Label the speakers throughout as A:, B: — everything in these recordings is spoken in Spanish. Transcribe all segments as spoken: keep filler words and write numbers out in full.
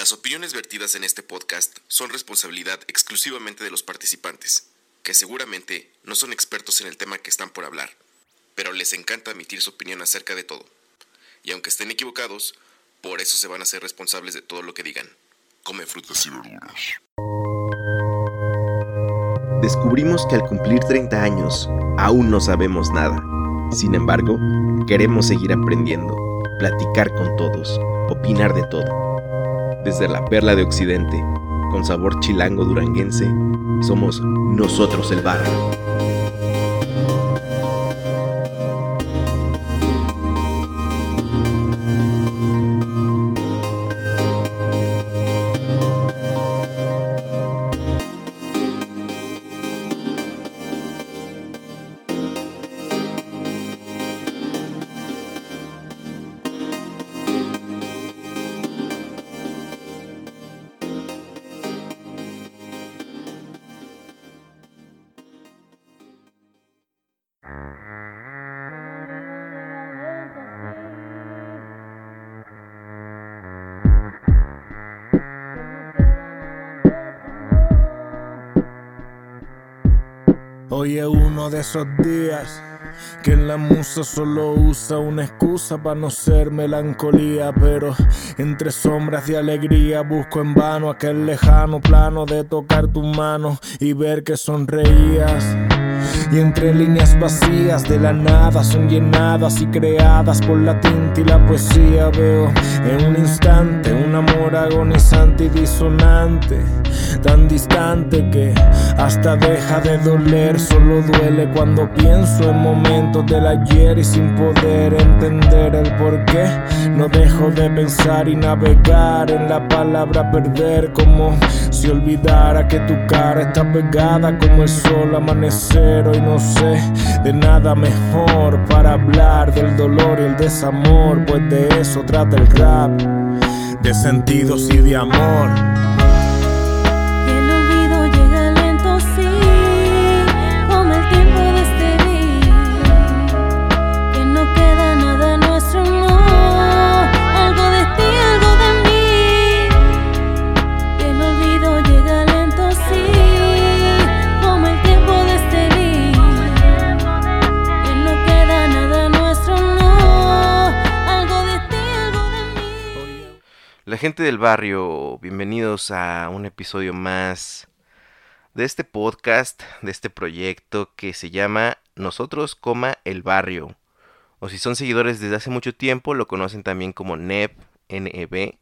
A: Las opiniones vertidas en este podcast son responsabilidad exclusivamente de los participantes, que seguramente no son expertos en el tema que están por hablar, pero les encanta emitir su opinión acerca de todo. Y aunque estén equivocados, por eso se van a ser responsables de todo lo que digan. Come frutas y verduras.
B: Descubrimos que al cumplir treinta años, aún no sabemos nada. Sin embargo, queremos seguir aprendiendo, platicar con todos, opinar de todo. Desde la perla de Occidente, con sabor chilango duranguense, somos nosotros el barrio.
C: Hoy es uno de esos días que la musa solo usa una excusa para no ser melancolía, pero entre sombras de alegría busco en vano aquel lejano plano de tocar tu mano y ver que sonreías. Y entre líneas vacías de la nada son llenadas y creadas por la tinta y la poesía. Veo en un instante un amor agonizante y disonante, tan distante que hasta deja de doler. Solo duele cuando pienso en momentos del ayer y sin poder entender el porqué no dejo de pensar y navegar en la palabra perder, como si olvidara que tu cara está pegada como el sol amanecer. Hoy no sé de nada mejor para hablar del dolor y el desamor, pues de eso trata el rap, de sentidos y de amor.
B: La gente del barrio, bienvenidos a un episodio más de este podcast, de este proyecto que se llama Nosotros, el barrio. O si son seguidores desde hace mucho tiempo, lo conocen también como N E B, N E B.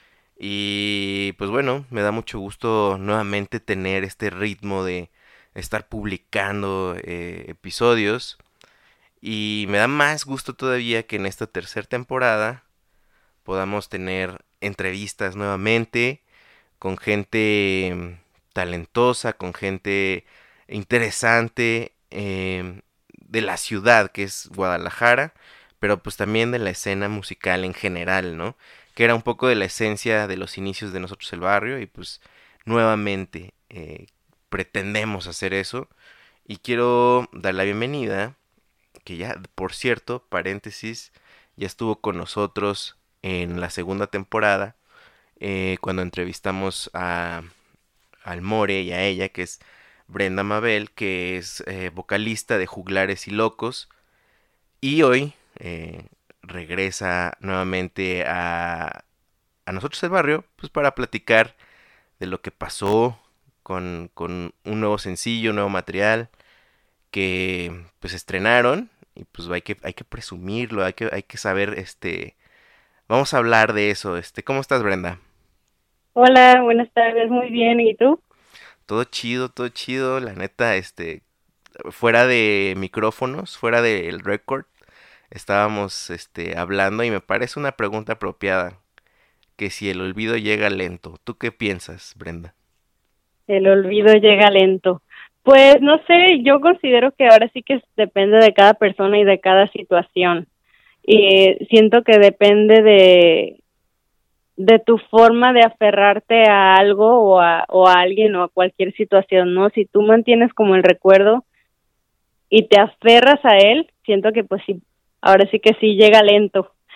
B: Y pues bueno, me da mucho gusto nuevamente tener este ritmo de estar publicando eh, episodios. Y me da más gusto todavía que en esta tercera temporada podamos tener entrevistas nuevamente con gente talentosa, con gente interesante eh, de la ciudad que es Guadalajara, pero pues también de la escena musical en general, ¿no? Que era un poco de la esencia de los inicios de Nosotros el Barrio y pues nuevamente eh, pretendemos hacer eso. Y quiero dar la bienvenida, que ya, por cierto, paréntesis, ya estuvo con nosotros en la segunda temporada, eh, cuando entrevistamos a al More y a ella, que es Brenda Mabel, que es eh, vocalista de Juglares y Locos, y hoy eh, regresa nuevamente a, a Nosotros el Barrio, pues para platicar de lo que pasó con, con un nuevo sencillo, un nuevo material que pues estrenaron, y pues hay que, hay que presumirlo, hay que, hay que saber este... Vamos a hablar de eso. Este, ¿cómo estás, Brenda?
D: Hola, buenas tardes, muy bien, ¿y tú?
B: Todo chido, todo chido, la neta, este, fuera de micrófonos, fuera del record, estábamos, este, hablando y me parece una pregunta apropiada, que si el olvido llega lento, ¿tú qué piensas, Brenda?
D: El olvido llega lento. Pues no sé, yo considero que ahora sí que depende de cada persona y de cada situación. Y siento que depende de de tu forma de aferrarte a algo o a, o a alguien o a cualquier situación, ¿no? Si tú mantienes como el recuerdo y te aferras a él, siento que pues sí, ahora sí que sí llega lento.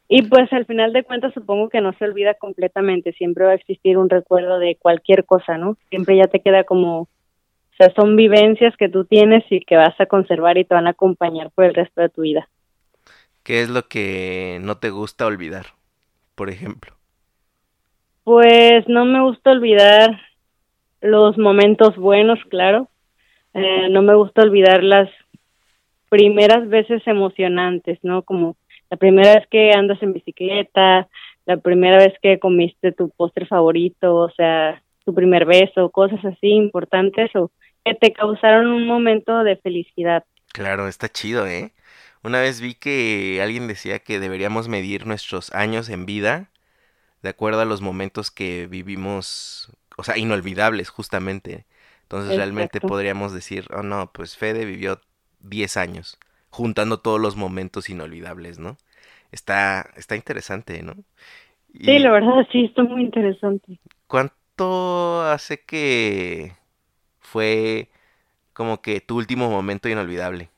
D: Y pues al final de cuentas supongo que no se olvida completamente, siempre va a existir un recuerdo de cualquier cosa, ¿no? Siempre ya te queda como, o sea, son vivencias que tú tienes y que vas a conservar y te van a acompañar por el resto de tu vida.
B: ¿Qué es lo que no te gusta olvidar, por ejemplo?
D: Pues no me gusta olvidar los momentos buenos, claro. Eh, no me gusta olvidar las primeras veces emocionantes, ¿no? Como la primera vez que andas en bicicleta, la primera vez que comiste tu postre favorito, o sea, tu primer beso, cosas así importantes o que te causaron un momento de felicidad.
B: Claro, está chido, ¿eh? Una vez vi que alguien decía que deberíamos medir nuestros años en vida de acuerdo a los momentos que vivimos, o sea, inolvidables justamente. Entonces realmente
D: Exacto.
B: podríamos decir, oh no, pues Fede vivió diez años, juntando todos los momentos inolvidables, ¿no? Está, está interesante, ¿no?
D: Sí, la
B: ¿Y
D: verdad sí, está muy interesante.
B: cuánto hace que fue como que tu último momento inolvidable?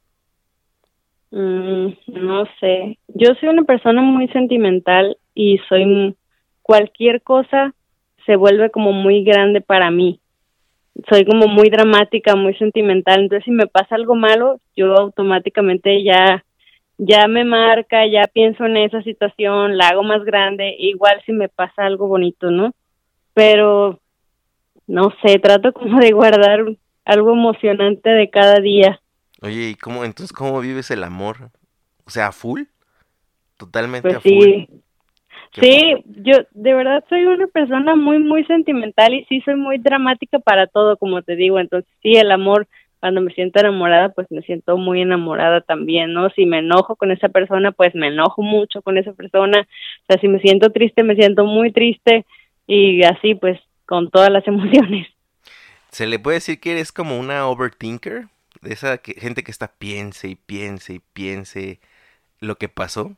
D: Mm, no sé, yo soy una persona muy sentimental y soy m- cualquier cosa se vuelve como muy grande para mí. Soy como muy dramática, muy sentimental, entonces si me pasa algo malo, yo automáticamente ya ya me marca, ya pienso en esa situación, la hago más grande, igual si me pasa algo bonito, ¿no? Pero no sé, trato como de guardar algo emocionante de cada día.
B: Oye, ¿y cómo, entonces cómo vives el amor? O sea, ¿a full? ¿Totalmente
D: Pues
B: a full?
D: sí,
B: ¿Qué
D: sí,
B: po-
D: yo de verdad soy una persona muy, muy sentimental y sí soy muy dramática para todo, como te digo. Entonces, sí, el amor, cuando me siento enamorada, pues me siento muy enamorada también, ¿no? Si me enojo con esa persona, pues me enojo mucho con esa persona. O sea, si me siento triste, me siento muy triste y así, pues, con todas las emociones.
B: ¿Se le puede decir que eres como una overthinker? De esa que- gente que está piense y piense y piense lo que pasó.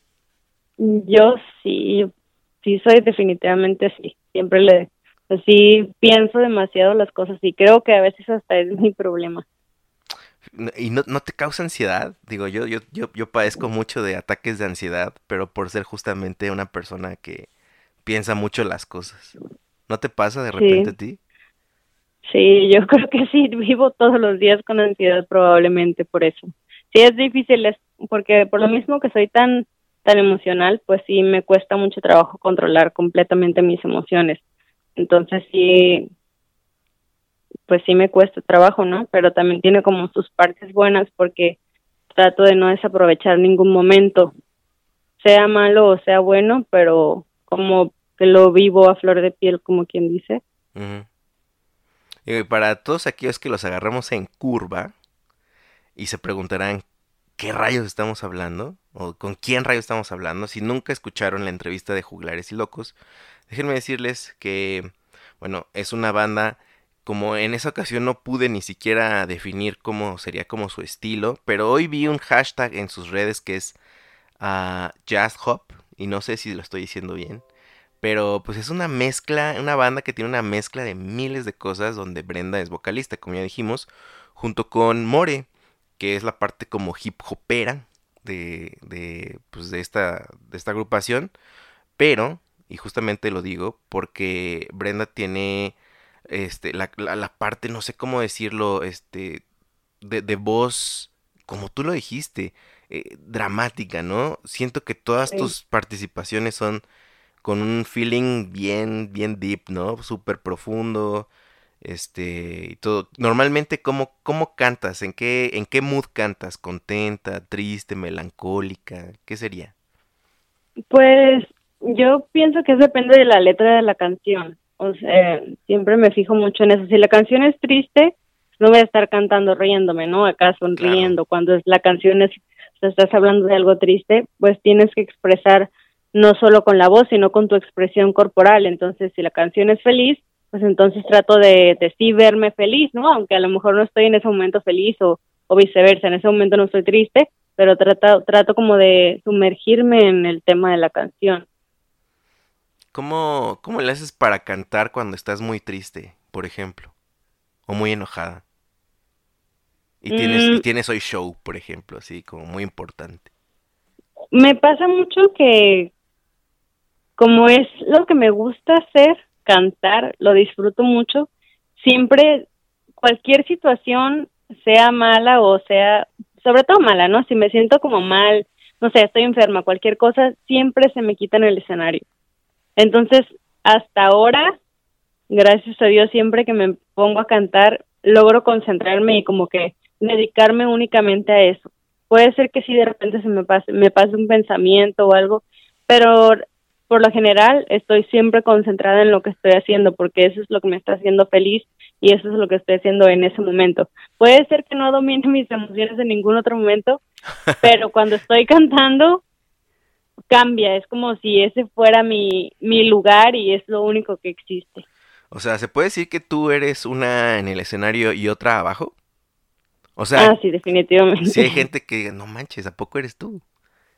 D: Yo sí, sí soy definitivamente así. Siempre le, así pienso demasiado las cosas y creo que a veces hasta es mi problema.
B: N- ¿Y no, no te causa ansiedad? Digo, yo, yo, yo, yo padezco mucho de ataques de ansiedad, pero por ser justamente una persona que piensa mucho las cosas. ¿No te pasa de repente a
D: Sí.
B: ti?
D: Sí, yo creo que sí, vivo todos los días con ansiedad probablemente por eso. Sí, es difícil, es porque por lo mismo que soy tan tan emocional, pues sí me cuesta mucho trabajo controlar completamente mis emociones. Entonces sí, pues sí me cuesta trabajo, ¿no? Pero también tiene como sus partes buenas porque trato de no desaprovechar ningún momento, sea malo o sea bueno, pero como que lo vivo a flor de piel, como quien dice.
B: Ujú. Y para todos aquellos que los agarramos en curva y se preguntarán qué rayos estamos hablando o con quién rayos estamos hablando, si nunca escucharon la entrevista de Juglares y Locos, déjenme decirles que, bueno, es una banda, como en esa ocasión no pude ni siquiera definir cómo sería como su estilo, pero hoy vi un hashtag en sus redes que es ah, Jazz Hop, y no sé si lo estoy diciendo bien, pero pues es una mezcla, una banda que tiene una mezcla de miles de cosas donde Brenda es vocalista, como ya dijimos, junto con More, que es la parte como hip hopera de, de, pues de, esta, de esta agrupación, pero, y justamente lo digo, porque Brenda tiene este, la, la, la parte, no sé cómo decirlo, este, de, de voz, como tú lo dijiste, eh, dramática, ¿no? Siento que todas
D: Sí.
B: tus participaciones son con un feeling bien, bien deep, ¿no? Súper profundo, este, y todo. Normalmente, ¿cómo, cómo cantas? ¿En qué, en qué mood cantas? ¿Contenta, triste, melancólica? ¿Qué sería?
D: Pues yo pienso que eso depende de la letra de la canción. O sea, siempre me fijo mucho en eso. Si la canción es triste, no voy a estar cantando riéndome, ¿no? Acá
B: Claro.
D: sonriendo. Cuando es- la canción es, o sea, estás hablando de algo triste, pues tienes que expresar no solo con la voz, sino con tu expresión corporal. Entonces, si la canción es feliz, pues entonces trato de, de sí verme feliz, ¿no? Aunque a lo mejor no estoy en ese momento feliz o, o viceversa, en ese momento no estoy triste, pero trato, trato como de sumergirme en el tema de la canción.
B: ¿Cómo, cómo le haces para cantar cuando estás muy triste, por ejemplo? O muy enojada. Y tienes, y
D: Mm,
B: tienes hoy show, por ejemplo, así como muy importante.
D: Me pasa mucho que como es lo que me gusta hacer, cantar, lo disfruto mucho, siempre cualquier situación, sea mala o sea, sobre todo mala, ¿no? Si me siento como mal, no sé, estoy enferma, cualquier cosa, siempre se me quita en el escenario. Entonces, hasta ahora, gracias a Dios, siempre que me pongo a cantar, logro concentrarme y como que dedicarme únicamente a eso. Puede ser que sí de repente se me pase, me pase un pensamiento o algo, pero por lo general estoy siempre concentrada en lo que estoy haciendo, porque eso es lo que me está haciendo feliz y eso es lo que estoy haciendo en ese momento. Puede ser que no domine mis emociones en ningún otro momento, pero cuando estoy cantando cambia, es como si ese fuera mi, mi lugar y es lo único que existe.
B: O sea, ¿se puede decir que tú eres una en el escenario y otra abajo? O sea,
D: Ah, sí, definitivamente.
B: si hay gente que diga, no manches, ¿a poco eres tú?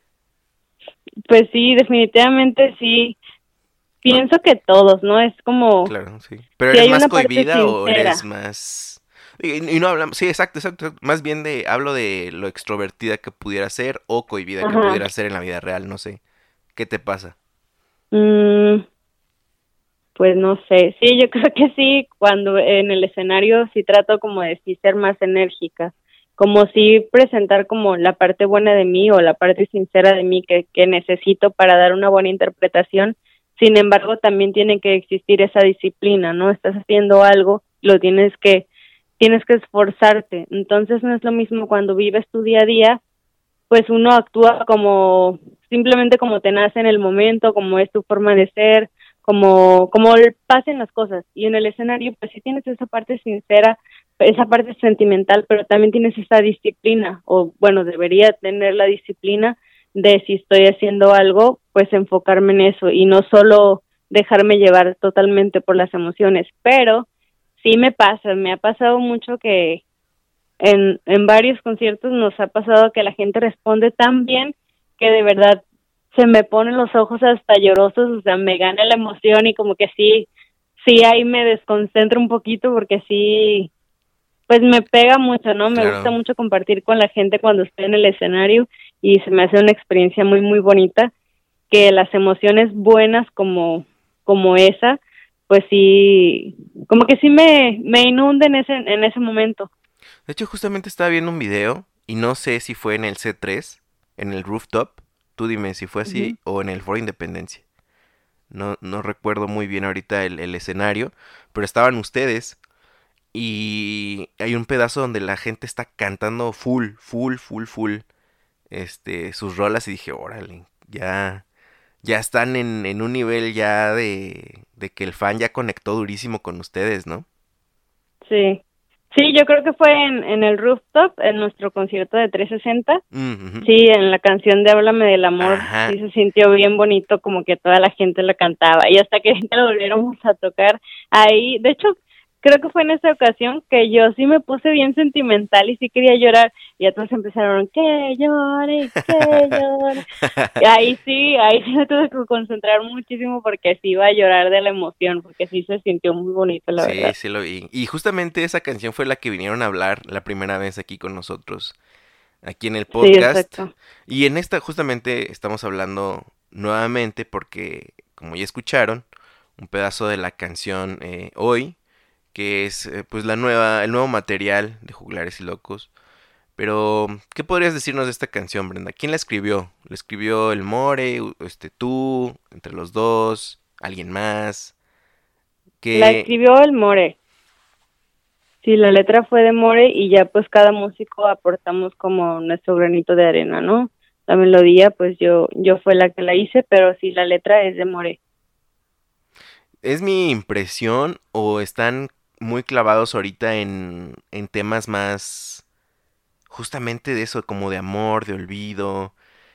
D: Pues sí, definitivamente sí. Pienso que todos, ¿no? Es como
B: Claro, sí. ¿Pero
D: si
B: eres
D: hay
B: más
D: una parte
B: cohibida o
D: sincera.
B: eres más...? Y, y no hablamos... Sí, exacto, exacto, exacto. Más bien de... Hablo de lo extrovertida que pudiera ser o cohibida que
D: Ajá.
B: pudiera ser en la vida real, no sé. ¿Qué te pasa?
D: Mm, pues no sé. Sí, yo creo que sí, cuando en el escenario sí trato como de sí ser más enérgica, como si presentar como la parte buena de mí o la parte sincera de mí que, que necesito para dar una buena interpretación. Sin embargo, también tiene que existir esa disciplina, ¿no? Estás haciendo algo, lo tienes que tienes que esforzarte. Entonces no es lo mismo cuando vives tu día a día, pues uno actúa como simplemente como te nace en el momento, como es tu forma de ser, como como pasen las cosas. Y en el escenario pues sí tienes esa parte sincera, esa parte sentimental, pero también tienes esa disciplina, o bueno, debería tener la disciplina de si estoy haciendo algo, pues enfocarme en eso y no solo dejarme llevar totalmente por las emociones. Pero sí me pasa, me ha pasado mucho que en, en varios conciertos nos ha pasado que la gente responde tan bien que de verdad se me ponen los ojos hasta llorosos, o sea, me gana la emoción y como que sí, sí ahí me desconcentro un poquito porque sí, pues me pega mucho, ¿no? Me gusta
B: Claro.
D: mucho compartir con la gente cuando estoy en el escenario y se me hace una experiencia muy, muy bonita, que las emociones buenas como, como esa, pues sí, como que sí me, me inunden en ese, en ese momento.
B: De hecho, justamente estaba viendo un video y no sé si fue en el C tres, en el rooftop. Tú dime si fue así
D: Ujú.
B: o en el Foro Independencia. No, no recuerdo muy bien ahorita el, el escenario, pero estaban ustedes y hay un pedazo donde la gente está cantando full, full, full, full, este, sus rolas y dije, órale, ya, ya están en, en un nivel ya de, de que el fan ya conectó durísimo con ustedes, ¿no?
D: Sí, sí, yo creo que fue en, en el rooftop, en nuestro concierto de trescientos sesenta.
B: Mm, ujú.
D: Sí, en la canción de Háblame del Amor,
B: Ajá.
D: sí se sintió bien bonito, como que toda la gente la cantaba. Y hasta que la volviéramos a tocar ahí, de hecho, creo que fue en esa ocasión que yo sí me puse bien sentimental y sí quería llorar. Y a todos empezaron, que llore, que llore. Y ahí sí, ahí sí me tuve que concentrar muchísimo porque sí iba a llorar de la emoción, porque sí se sintió muy bonito, la
B: Sí,
D: verdad.
B: sí lo vi. Y justamente esa canción fue la que vinieron a hablar la primera vez aquí con nosotros, aquí en el
D: Sí,
B: podcast.
D: exacto.
B: Y en esta justamente estamos hablando nuevamente porque, como ya escucharon, un pedazo de la canción eh, hoy, que es eh, pues la nueva, el nuevo material de Juglares y Locos. Pero, ¿qué podrías decirnos de esta canción, Brenda? ¿Quién la escribió? ¿La escribió el More, u- este, tú, entre los dos, alguien más?
D: La
B: ¿Qué,
D: escribió el More. Sí, la letra fue de More y ya pues cada músico aportamos como nuestro granito de arena, ¿no? La melodía pues yo yo fue la que la hice, pero sí la letra es de More.
B: ¿Es mi impresión o están muy clavados ahorita en, en temas más justamente de eso, como de amor, de olvido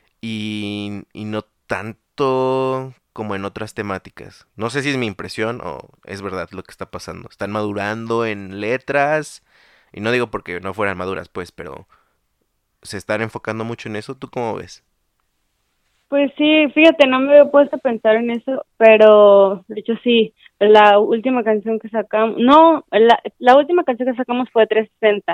B: y, y no tanto como en otras temáticas? No sé si es mi impresión o es verdad lo que está pasando. Están madurando en letras y no digo porque no fueran maduras, pues, pero se están enfocando mucho en eso. ¿Tú cómo ves?
D: Pues sí, fíjate, no me había puesto a pensar en eso, pero de hecho sí, la última canción que sacamos, no, la, la última canción que sacamos fue trescientos sesenta.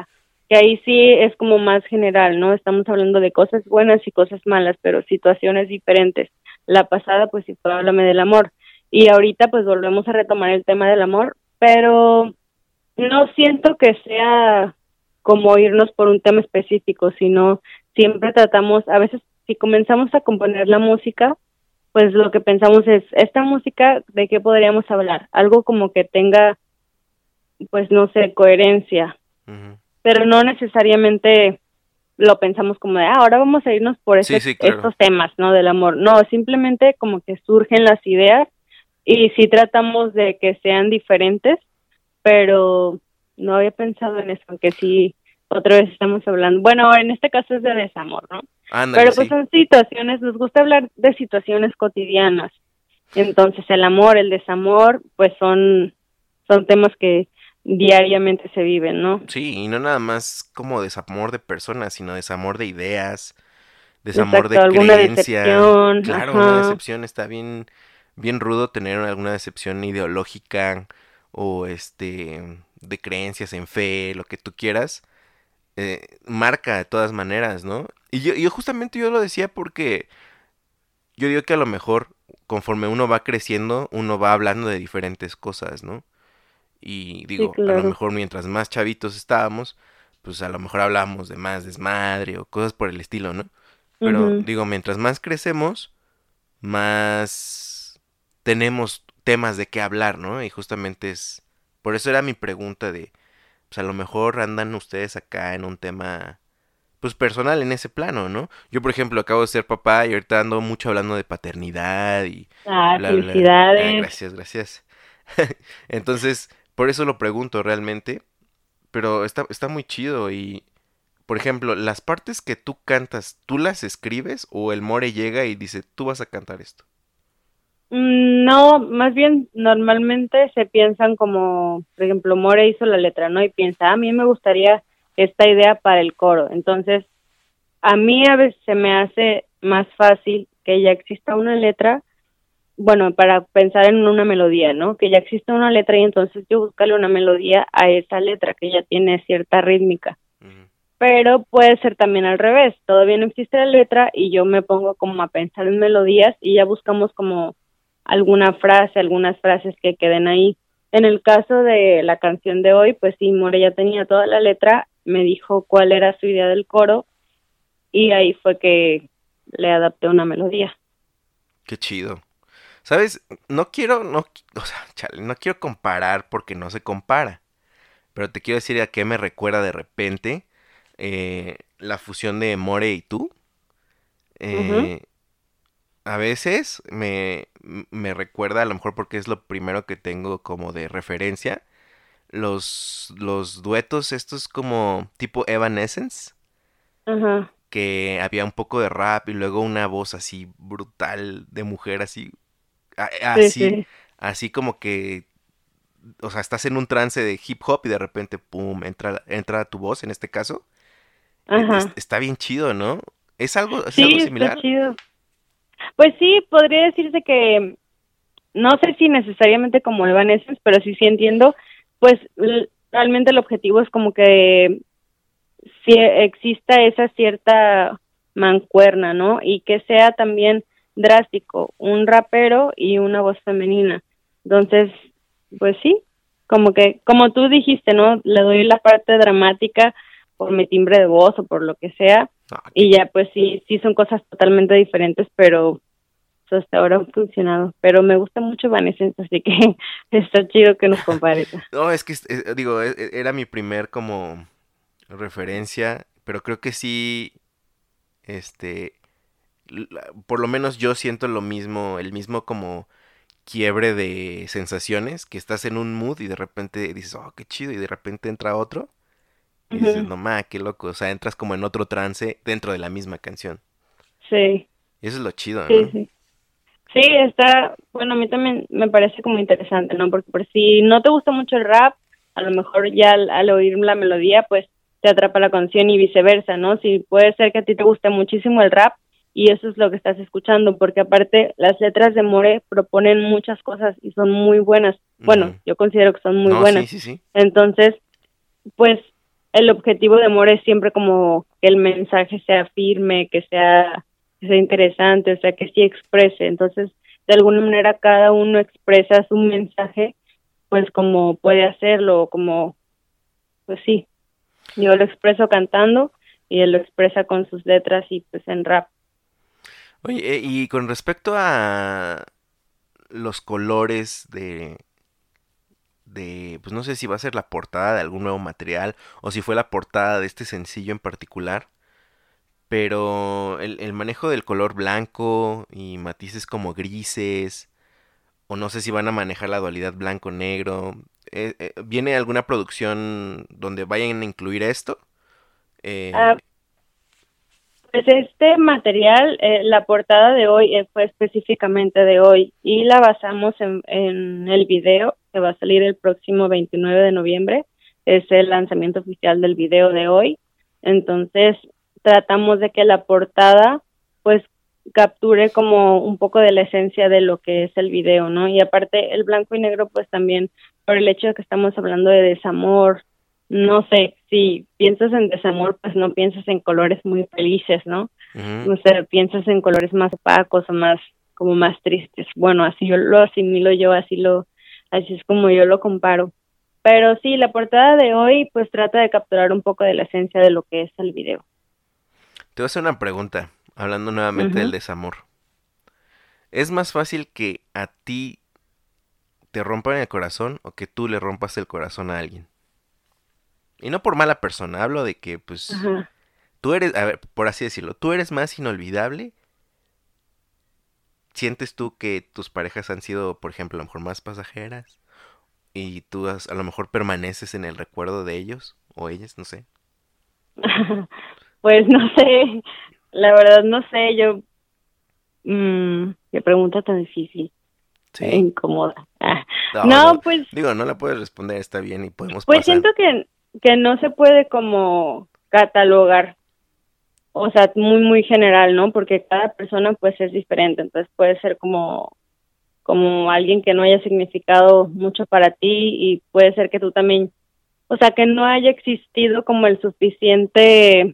D: que ahí sí es como más general, ¿no? Estamos hablando de cosas buenas y cosas malas, pero situaciones diferentes. La pasada, pues sí fue Háblame del amor. Y ahorita, pues volvemos a retomar el tema del amor, pero no siento que sea como irnos por un tema específico, sino siempre tratamos, a veces si comenzamos a componer la música, pues lo que pensamos es, esta música, ¿de qué podríamos hablar? Algo como que tenga, pues no sé, coherencia,
B: Uh-huh.
D: pero no necesariamente lo pensamos como de, ah, ahora vamos a irnos por
B: Sí,
D: ese,
B: sí, claro.
D: estos temas, ¿no? Del amor. No, simplemente como que surgen las ideas y sí tratamos de que sean diferentes, pero no había pensado en eso, aunque sí, otra vez estamos hablando, bueno, en este caso es de desamor, ¿no?
B: Ándale,
D: Pero pues
B: sí.
D: son situaciones, nos gusta hablar de situaciones cotidianas, entonces el amor, el desamor, pues son, son temas que diariamente se viven, ¿no?
B: Sí, y no nada más como desamor de personas, sino desamor de ideas, desamor
D: Exacto,
B: de
D: alguna
B: creencia.
D: decepción,
B: Claro, una
D: ajá,
B: decepción está bien, bien rudo tener alguna decepción ideológica o este de creencias en fe, lo que tú quieras, eh, marca de todas maneras, ¿no? Y yo, yo justamente yo lo decía porque yo digo que a lo mejor conforme uno va creciendo, uno va hablando de diferentes cosas, ¿no? Y
D: sí,
B: digo, a lo
D: claro.
B: mejor mientras más chavitos estábamos, pues a lo mejor hablábamos de más desmadre o cosas por el estilo, ¿no? Pero
D: Mhm.
B: digo, mientras más crecemos, más tenemos temas de qué hablar, ¿no? Y justamente es, por eso era mi pregunta de, pues a lo mejor andan ustedes acá en un tema, pues personal en ese plano, ¿no? Yo, por ejemplo, acabo de ser papá y ahorita ando mucho hablando de paternidad y
D: Ah,
B: bla, bla. Ah,
D: felicidades.
B: gracias, gracias. Entonces, por eso lo pregunto realmente, pero está, está muy chido y, por ejemplo, las partes que tú cantas, ¿tú las escribes o el More llega y dice, tú vas a cantar esto?
D: Mm, No, más bien normalmente se piensan como, por ejemplo, More hizo la letra, ¿no? Y piensa, a mí me gustaría esta idea para el coro. Entonces, a mí a veces se me hace más fácil que ya exista una letra, bueno, para pensar en una melodía, ¿no? Que ya exista una letra y entonces yo buscarle una melodía a esa letra que ya tiene cierta rítmica.
B: Ujú.
D: Pero puede ser también al revés, todavía no existe la letra y yo me pongo como a pensar en melodías y ya buscamos como alguna frase, algunas frases que queden ahí. En el caso de la canción de hoy, pues sí, More ya tenía toda la letra, me dijo cuál era su idea del coro y ahí fue que le adapté una melodía.
B: Qué chido. ¿Sabes? No quiero, no, o sea, chale, no quiero comparar porque no se compara, pero te quiero decir a qué me recuerda de repente eh, la fusión de More y tú.
D: Ujú.
B: Eh, a veces me, me recuerda, a lo mejor porque es lo primero que tengo como de referencia, los, los duetos estos como tipo Evanescence,
D: Ajá,
B: que había un poco de rap y luego una voz así brutal de mujer así, a-
D: sí,
B: así,
D: sí,
B: así como que, o sea, estás en un trance de hip hop y de repente, pum, entra, entra tu voz en este caso. E- es-
D: ajá.
B: está bien chido, ¿no? ¿Es algo, es algo
D: Sí, está
B: similar?
D: chido. Pues sí, podría decirse que no sé si necesariamente como Evanescence, pero sí sí entiendo, pues l- realmente el objetivo es como que si exista esa cierta mancuerna, ¿no? Y que sea también drástico, un rapero y una voz femenina. Entonces, pues sí, como que, como tú dijiste, ¿no? Le doy la parte dramática por mi timbre de voz o por lo que sea,
B: Ah,
D: y
B: qué,
D: ya pues sí, sí son cosas totalmente diferentes, pero pues, hasta ahora han funcionado. Pero me gusta mucho Evanescence, así que está chido que nos compares.
B: no, es que, es- es- digo, e- e- era mi primer como referencia, pero creo que sí, este, la- por lo menos yo siento lo mismo, el mismo como quiebre de sensaciones, que estás en un mood y de repente dices, oh, qué chido, y de repente entra otro y dices,
D: Ujú.
B: no ma, qué loco, o sea, entras como en otro trance dentro de la misma canción.
D: Sí,
B: Y eso es lo chido,
D: sí,
B: ¿no?
D: sí. Sí, está, bueno, a mí también me parece como interesante, ¿no? Porque por si no te gusta mucho el rap, a lo mejor ya al, al oír la melodía, pues te atrapa la canción y viceversa, ¿no? Si puede ser que a ti te guste muchísimo el rap y eso es lo que estás escuchando, porque aparte las letras de More proponen muchas cosas y son muy buenas. Bueno,
B: Ujú.
D: yo considero que son muy
B: No, sí,
D: buenas.
B: sí, sí.
D: Entonces, pues el objetivo de More es siempre como que el mensaje sea firme, que sea, que sea interesante, o sea, que sí exprese. Entonces, de alguna manera cada uno expresa su mensaje, pues como puede hacerlo, como, pues sí, yo lo expreso cantando y él lo expresa con sus letras y pues en rap.
B: Oye, eh, y con respecto a los colores de, de, pues no sé si va a ser la portada de algún nuevo material o si fue la portada de este sencillo en particular, pero el, el manejo del color blanco y matices como grises, o no sé si van a manejar la dualidad blanco-negro, eh, eh, ¿viene alguna producción donde vayan a incluir esto? Eh,
D: Ah, pues este material, eh, la portada de hoy eh, fue específicamente de hoy y la basamos en, en el video que va a salir el próximo veintinueve de noviembre. Es el lanzamiento oficial del video de hoy. Entonces tratamos de que la portada pues capture como un poco de la esencia de lo que es el video, ¿no? Y aparte el blanco y negro pues también por el hecho de que estamos hablando de desamor. No sé, si piensas en desamor, pues no piensas en colores muy felices, ¿no?
B: ujú.
D: No sé, piensas en colores más opacos o más, como más tristes. Bueno, así yo lo asimilo yo, así lo, así es como yo lo comparo. Pero sí, la portada de hoy, pues trata de capturar un poco de la esencia de lo que es el video.
B: Te voy a hacer una pregunta, hablando nuevamente del
D: Ujú.
B: desamor. ¿Es más fácil que a ti te rompan el corazón o que tú le rompas el corazón a alguien? Y no por mala persona, hablo de que, pues,
D: Ajá.
B: tú eres, a ver, por así decirlo, tú eres más inolvidable. ¿Sientes tú que tus parejas han sido, por ejemplo, a lo mejor más pasajeras? Y tú has- a lo mejor permaneces en el recuerdo de ellos o ellas, no sé.
D: Pues no sé, la verdad no sé, yo, mmm, qué pregunta tan difícil e
B: ¿Sí?
D: incómoda. Ah,
B: No, no,
D: no, pues
B: digo, no la puedes responder, está bien y podemos
D: Pues
B: pasar.
D: siento que, que no se puede como catalogar, o sea, muy, muy general, ¿no? Porque cada persona pues es diferente, entonces puede ser como, como alguien que no haya significado mucho para ti y puede ser que tú también, o sea, que no haya existido como el suficiente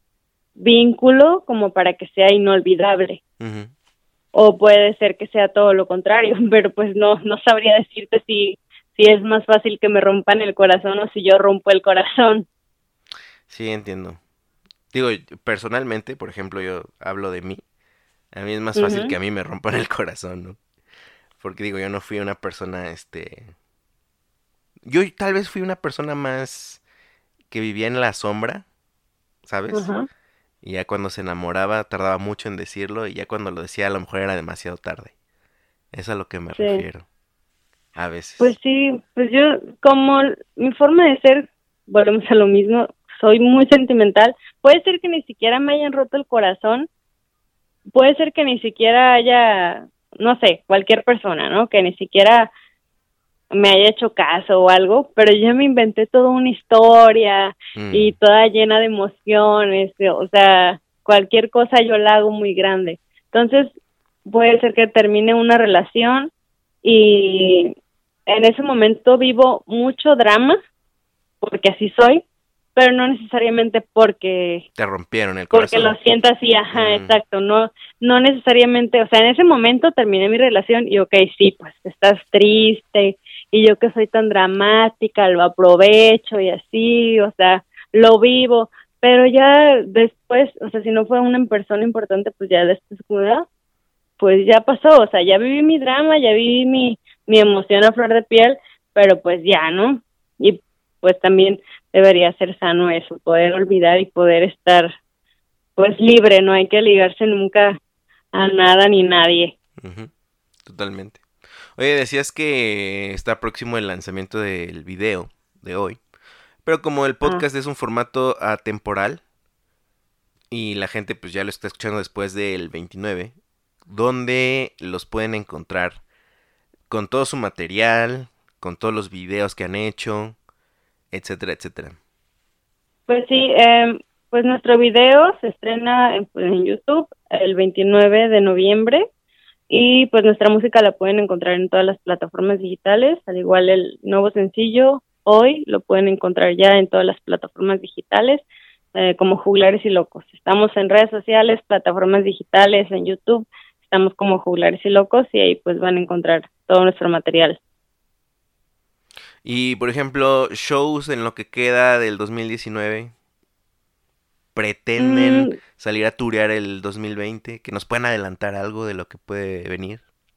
D: vínculo como para que sea inolvidable.
B: Ujú.
D: O puede ser que sea todo lo contrario, pero pues no, no sabría decirte si, si es más fácil que me rompan el corazón o si yo rompo el corazón.
B: Sí, entiendo. Digo, personalmente, por ejemplo, yo hablo de mí. A mí es más fácil que
D: Ujú.
B: a mí me rompan el corazón, ¿no? Porque digo, yo no fui una persona, este... Yo tal vez fui una persona más que vivía en la sombra, ¿sabes?
D: Ajá.
B: Y ya cuando se enamoraba tardaba mucho en decirlo y ya cuando lo decía a lo mejor era demasiado tarde. Es a lo que me
D: Sí,
B: refiero, a
D: pues
B: veces.
D: sí, pues yo como l- mi forma de ser, volvemos a lo mismo, soy muy sentimental. Puede ser que ni siquiera me hayan roto el corazón, puede ser que ni siquiera haya, no sé, cualquier persona, ¿no? Que ni siquiera me haya hecho caso o algo, pero yo me inventé toda una historia y
B: Mm,
D: toda llena de emociones, de- o sea, cualquier cosa yo la hago muy grande. Entonces, puede ser que termine una relación y en ese momento vivo mucho drama, porque así soy, pero no necesariamente porque
B: te rompieron el
D: porque lo
B: corazón.
D: siento así, ajá,
B: Mm,
D: exacto, no, no necesariamente, o sea, en ese momento terminé mi relación y ok, sí, pues estás triste y yo que soy tan dramática, lo aprovecho y así, o sea, lo vivo, pero ya después, o sea, si no fue una persona importante, pues ya después, como, ah, pues ya pasó, o sea, ya viví mi drama, ya viví mi, mi emoción a flor de piel, pero pues ya, ¿no? Y pues también debería ser sano eso, poder olvidar y poder estar pues libre, no hay que ligarse nunca a nada ni nadie.
B: ujú, totalmente. Oye, decías que está próximo el lanzamiento del video de hoy, pero como el
D: Ah,
B: podcast es un formato atemporal y la gente pues ya lo está escuchando después del veintinueve, ¿dónde los pueden encontrar? Con todo su material, con todos los videos que han hecho, etcétera, etcétera.
D: pues sí, eh, pues nuestro video se estrena en, pues, en YouTube el veintinueve de noviembre y pues nuestra música la pueden encontrar en todas las plataformas digitales, al igual el nuevo sencillo hoy lo pueden encontrar ya en todas las plataformas digitales, eh, como Juglares y Locos. Estamos en redes sociales, plataformas digitales, en YouTube, estamos como Juglares y Locos y ahí pues van a encontrar todo nuestro material.
B: Y, por ejemplo, shows en lo que queda del dos mil diecinueve, ¿pretenden
D: Mm,
B: salir a turear el dos mil veinte? ¿Que nos puedan adelantar algo de lo que puede venir?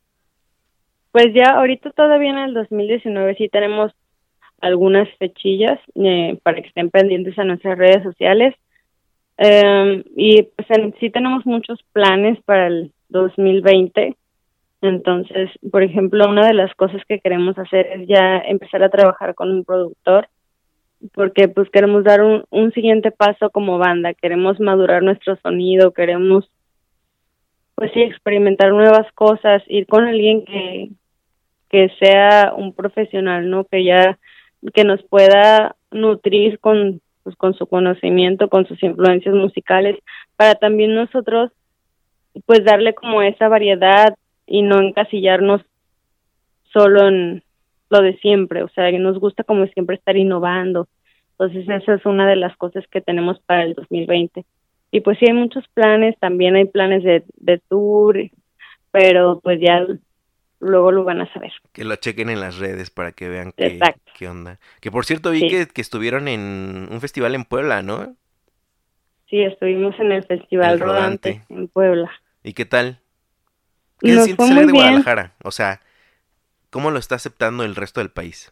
D: pues ya ahorita todavía en el dos mil diecinueve sí tenemos algunas fechillas eh, para que estén pendientes a nuestras redes sociales. Eh, y pues en, sí tenemos muchos planes para el dos mil veinte. Entonces, por ejemplo, una de las cosas que queremos hacer es ya empezar a trabajar con un productor, porque pues queremos dar un, un siguiente paso como banda, queremos madurar nuestro sonido, queremos pues sí experimentar nuevas cosas, ir con alguien que, que sea un profesional, ¿no? Que ya, que nos pueda nutrir con, pues, con su conocimiento, con sus influencias musicales, para también nosotros pues darle como esa variedad y no encasillarnos solo en lo de siempre, o sea, que nos gusta como siempre estar innovando. Entonces esa es una de las cosas que tenemos para el dos mil veinte. Y pues sí hay muchos planes, también hay planes de, de tour, pero pues ya luego lo van a saber.
B: Que lo chequen en las redes para que vean qué,
D: Exacto,
B: qué onda. Que por cierto vi
D: sí.
B: que, que estuvieron en un festival en Puebla, ¿no?
D: Sí, estuvimos en el
B: El
D: Festival Rodante
B: Rodante.
D: en Puebla.
B: ¿Y qué tal? ¿Qué se
D: Nos
B: siente
D: fue
B: salir
D: muy
B: de
D: bien.
B: Guadalajara? O sea, ¿cómo lo está aceptando el resto del país?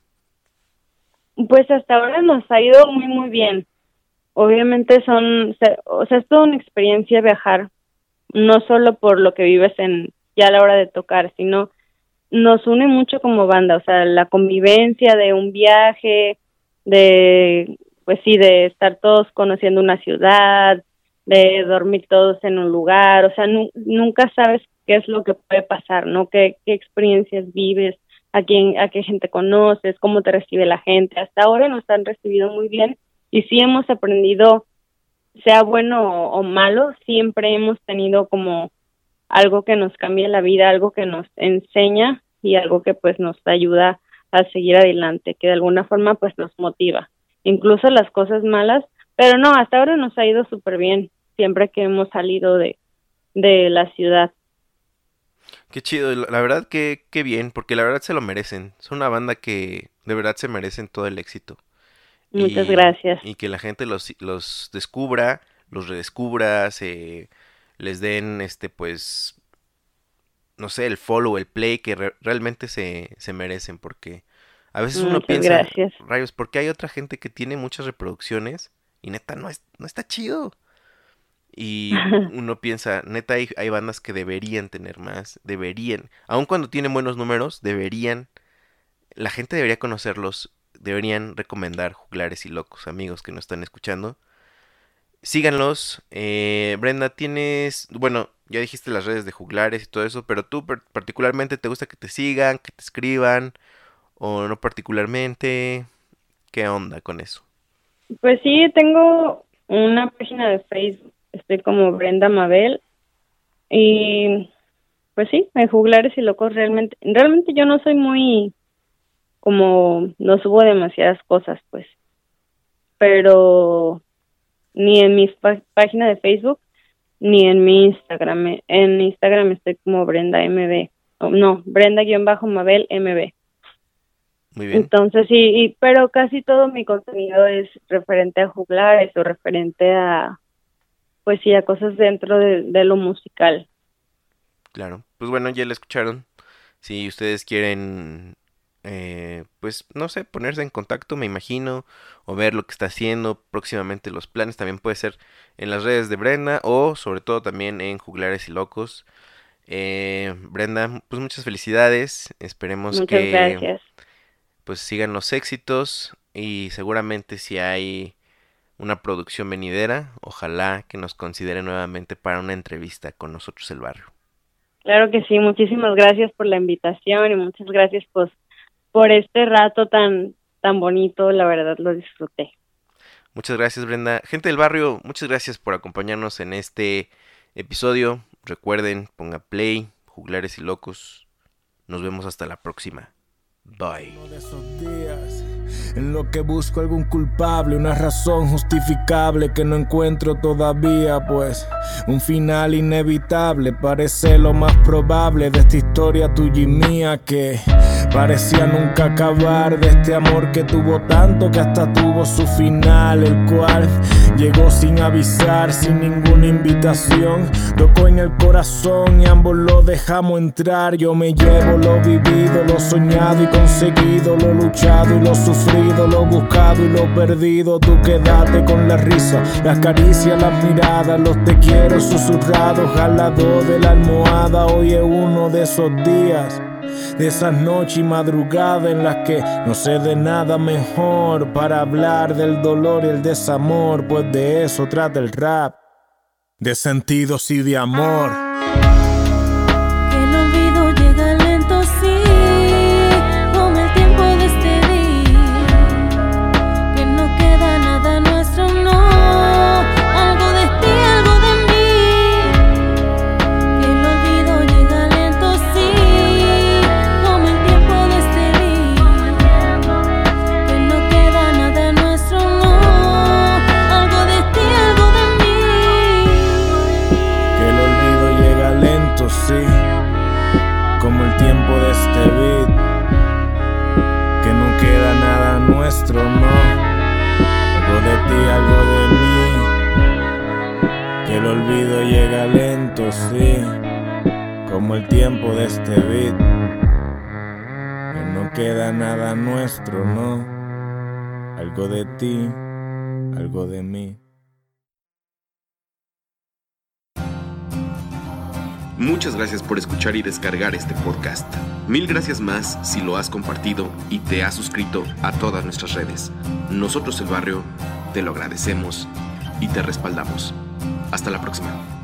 D: Pues hasta ahora nos ha ido muy, muy bien. Obviamente son, se- o sea, es toda una experiencia viajar, no solo por lo que vives en ya a la hora de tocar, sino nos une mucho como banda, o sea, la convivencia de un viaje, de, pues sí, de estar todos conociendo una ciudad, de dormir todos en un lugar, o sea, nu- nunca sabes qué es lo que puede pasar, ¿no? ¿Qué, qué experiencias vives? ¿A quién, a qué gente conoces? ¿Cómo te recibe la gente? Hasta ahora nos han recibido muy bien y sí hemos aprendido, sea bueno o, o malo, siempre hemos tenido como algo que nos cambia la vida, algo que nos enseña y algo que pues nos ayuda a seguir adelante, que de alguna forma pues nos motiva, incluso las cosas malas, pero no, hasta ahora nos ha ido súper bien, siempre que hemos salido de, de la ciudad.
B: Qué chido, la la verdad que qué bien, porque la verdad se lo merecen. Son una banda que de verdad se merecen todo el éxito.
D: Muchas
B: Y,
D: gracias.
B: y que la gente los, los descubra, los redescubra, se les den este pues no sé, el follow, el play que re- realmente se, se merecen, porque a veces uno
D: Muchas
B: piensa,
D: gracias.
B: rayos, porque hay otra gente que tiene muchas reproducciones y neta no es, no está chido. Y uno piensa, neta hay, hay bandas que deberían tener más, deberían, aun cuando tienen buenos números, deberían, la gente debería conocerlos, deberían recomendar Juglares y Locos, amigos que nos están escuchando. Síganlos. Eh, Brenda, tienes, bueno, ya dijiste las redes de Juglares y todo eso, pero tú per- particularmente te gusta que te sigan, que te escriban, o no particularmente. ¿Qué onda con eso?
D: Pues sí, tengo una página de Facebook, estoy como Brenda Mabel y pues sí, en Juglares y Locos realmente, realmente yo no soy muy como no subo demasiadas cosas, pues, pero ni en mi pá- página de Facebook ni en mi Instagram. eh, En Instagram estoy como Brenda M B, o no, Brenda-Mabel M B.
B: Muy bien,
D: Entonces sí, y, pero casi todo mi contenido es referente a juglares o referente a, pues sí, a cosas dentro de, de lo musical.
B: claro. Pues bueno, ya lo escucharon. Si ustedes quieren, eh, pues no sé, ponerse en contacto, me imagino, o ver lo que está haciendo próximamente, los planes, también puede ser en las redes de Brenda o sobre todo también en Juglares y Locos. Eh, Brenda, pues muchas felicidades. Esperemos
D: Muchas
B: que
D: gracias.
B: pues sigan los éxitos y seguramente si hay una producción venidera, ojalá que nos considere nuevamente para una entrevista con nosotros el barrio.
D: Claro que sí, muchísimas gracias por la invitación y muchas gracias pues por este rato tan tan bonito, la verdad lo disfruté.
B: Muchas gracias, Brenda. Gente del barrio, muchas gracias por acompañarnos en este episodio. Recuerden, ponga play, Juglares y Locos. Nos vemos hasta la próxima. Bye.
C: Uno de esos días en lo que busco algún culpable, una razón justificable que no encuentro todavía, pues un final inevitable parece lo más probable de esta historia tuya y mía, que parecía nunca acabar, de este amor que tuvo tanto que hasta tuvo su final, el cual llegó sin avisar, sin ninguna invitación, tocó en el corazón y ambos lo dejamos entrar. Yo me llevo lo vivido, lo soñado y conseguido, lo luchado y lo sufrido, lo buscado y lo perdido. Tú quédate con la risa, las caricias, las miradas, los te quiero susurrados al lado de la almohada. Hoy es uno de esos días, de esas noches y madrugadas en las que no sé de nada mejor para hablar del dolor y el desamor, pues de eso trata el rap, de sentidos y de amor.
E: Que el olvido llega lento, sí, con el tiempo de este día, que no queda nada nuestro, no, algo de ti, algo de mí. Que el olvido llega lento, sí, con el tiempo de este día, que no queda nada nuestro, no, algo de ti, algo de mí.
C: Que el olvido llega lento, sí, como el tiempo de este beat, que no queda nada nuestro, no, algo de ti, algo de mí. Que el olvido llega lento, sí, como el tiempo de este beat, que no queda nada nuestro, no, algo de ti, algo de mí.
A: Muchas gracias por escuchar y descargar este podcast. Mil gracias más si lo has compartido y te has suscrito a todas nuestras redes. Nosotros el barrio te lo agradecemos y te respaldamos. Hasta la próxima.